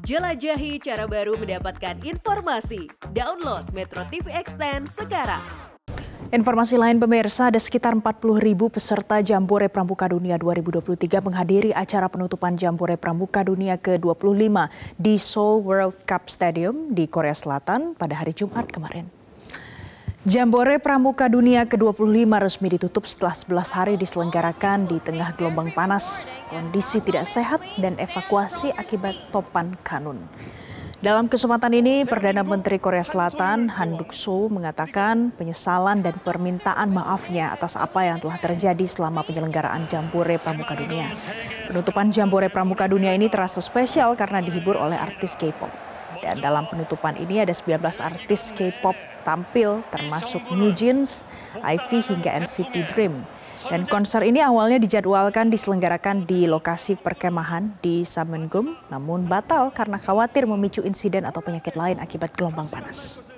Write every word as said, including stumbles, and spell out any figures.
Jelajahi cara baru mendapatkan informasi. Download Metro T V Extend sekarang. Informasi lain pemirsa, ada sekitar empat puluh ribu peserta Jambore Pramuka Dunia dua ribu dua puluh tiga menghadiri acara penutupan Jambore Pramuka Dunia ke dua puluh lima di Seoul World Cup Stadium di Korea Selatan pada hari Jumat kemarin. Jambore Pramuka Dunia ke dua puluh lima resmi ditutup setelah sebelas hari diselenggarakan di tengah gelombang panas, kondisi tidak sehat, dan evakuasi akibat topan Kanun. Dalam kesempatan ini, Perdana Menteri Korea Selatan Han Duck-soo mengatakan penyesalan dan permintaan maafnya atas apa yang telah terjadi selama penyelenggaraan Jambore Pramuka Dunia. Penutupan Jambore Pramuka Dunia ini terasa spesial karena dihibur oleh artis K-pop. Dan dalam penutupan ini ada sembilan belas artis K-pop tampil termasuk New Jeans, I V hingga N C T Dream. Dan konser ini awalnya dijadwalkan diselenggarakan di lokasi perkemahan di Samenggung, namun batal karena khawatir memicu insiden atau penyakit lain akibat gelombang panas.